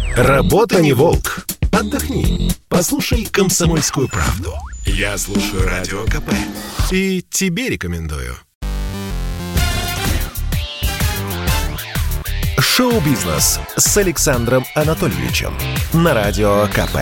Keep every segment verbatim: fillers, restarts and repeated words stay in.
Работа не волк. Отдохни. Послушай «Комсомольскую правду». Я слушаю Радио КП. И тебе рекомендую. Шоу-бизнес с Александром Анатольевичем на Радио КП.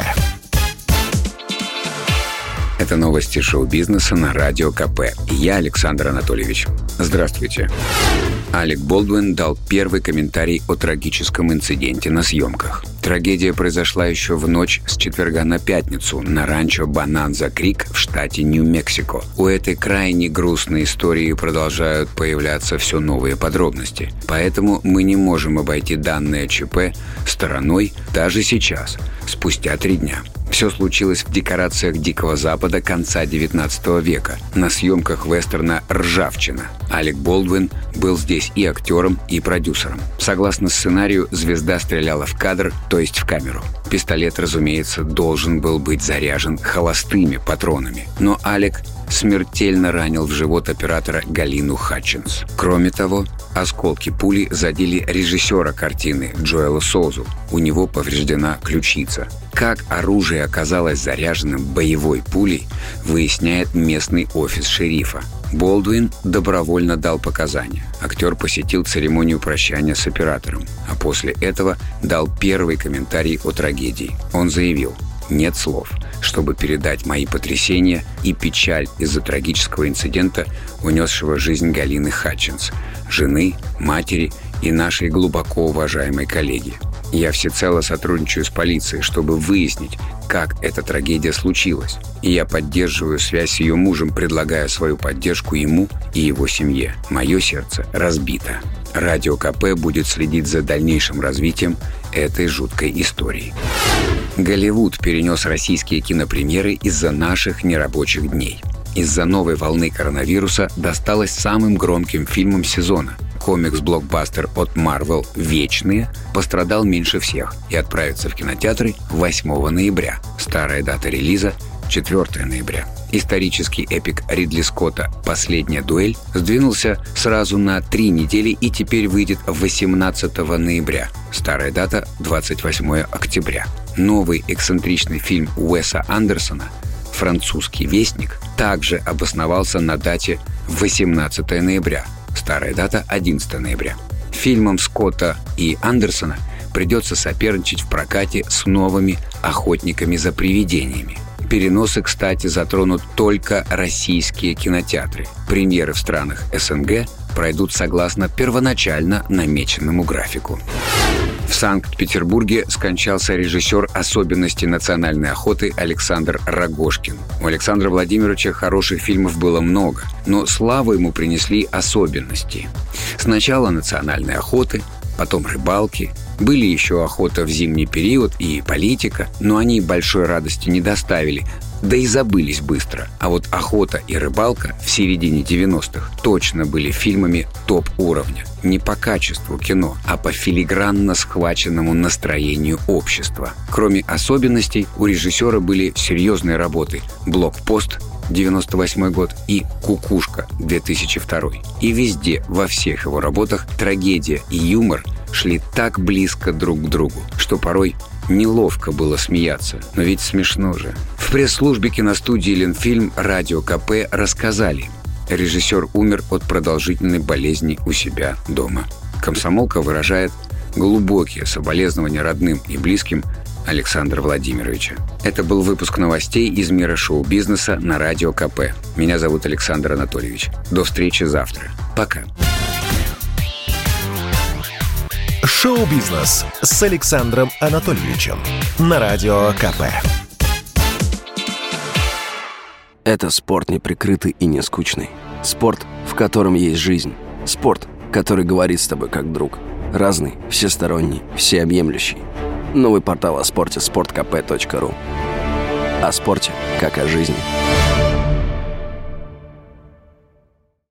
Это новости шоу-бизнеса на Радио КП. Я Александр Анатольевич. Здравствуйте. Алек Болдуин дал первый комментарий о трагическом инциденте на съемках. Трагедия произошла еще в ночь с четверга на пятницу на ранчо Bonanza Creek в штате Нью-Мексико. У этой крайне грустной истории продолжают появляться все новые подробности. Поэтому мы не можем обойти данное ЧП стороной даже сейчас, спустя три дня. Все случилось в декорациях Дикого Запада конца девятнадцатого века, на съемках вестерна «Ржавчина». Алек Болдуин был здесь и актером, и продюсером. Согласно сценарию, звезда стреляла в кадр, то есть в камеру. Пистолет, разумеется, должен был быть заряжен холостыми патронами. Но Алек смертельно ранил в живот оператора Галину Хатчинс. Кроме того, осколки пули задели режиссера картины Джоэла Соузу. У него повреждена ключица. Как оружие оказалось заряженным боевой пулей, выясняет местный офис шерифа. Болдуин добровольно дал показания. Актер посетил церемонию прощания с оператором, а после этого дал первый комментарий о трагедии. Он заявил: «Нет слов, чтобы передать мои потрясения и печаль из-за трагического инцидента, унесшего жизнь Галины Хатчинс, жены, матери и нашей глубоко уважаемой коллеги. Я всецело сотрудничаю с полицией, чтобы выяснить, как эта трагедия случилась. И я поддерживаю связь с ее мужем, предлагая свою поддержку ему и его семье. Мое сердце разбито. Радио КП будет следить за дальнейшим развитием этой жуткой истории». Голливуд перенес российские кинопремьеры из-за наших нерабочих дней. Из-за новой волны коронавируса досталось самым громким фильмам сезона. Комикс-блокбастер от Marvel «Вечные» пострадал меньше всех и отправится в кинотеатры восьмого ноября. Старая дата релиза – четвёртого ноября. Исторический эпик Ридли Скотта «Последняя дуэль» сдвинулся сразу на три недели и теперь выйдет восемнадцатого ноября. Старая дата – двадцать восьмого октября. Новый эксцентричный фильм Уэса Андерсона «Французский вестник» также обосновался на дате восемнадцатого ноября. Старая дата – одиннадцатого ноября. Фильмам Скотта и Андерсона придется соперничать в прокате с новыми «Охотниками за привидениями». Переносы, кстати, затронут только российские кинотеатры. Премьеры в странах СНГ пройдут согласно первоначально намеченному графику. В Санкт-Петербурге скончался режиссер «Особенностей национальной охоты» Александр Рогожкин. У Александра Владимировича хороших фильмов было много, но славу ему принесли особенности. Сначала национальной охоты, потом рыбалки. Были еще охота в зимний период и политика, но они большой радости не доставили, да и забылись быстро. А вот охота и рыбалка в середине девяностых точно были фильмами топ-уровня. Не по качеству кино, а по филигранно схваченному настроению общества. Кроме особенностей, у режиссера были серьезные работы «Блокпост» девяносто восьмой год и «Кукушка» две тысячи второй. И везде, во всех его работах, трагедия и юмор шли так близко друг к другу, что порой неловко было смеяться. Но ведь смешно же. В пресс-службе киностудии «Ленфильм» Радио КП рассказали: режиссер умер от продолжительной болезни у себя дома. Комсомолка выражает глубокие соболезнования родным и близким Александра Владимировича. Это был выпуск новостей из мира шоу-бизнеса на Радио КП. Меня зовут Александр Анатольевич. До встречи завтра. Пока. Шоу-бизнес с Александром Анатольевичем на Радио КП. Это спорт неприкрытый и не скучный. Спорт, в котором есть жизнь. Спорт, который говорит с тобой как друг. Разный, всесторонний, всеобъемлющий. Новый портал о спорте – спорт кэ пэ точка ру. О спорте, как о жизни.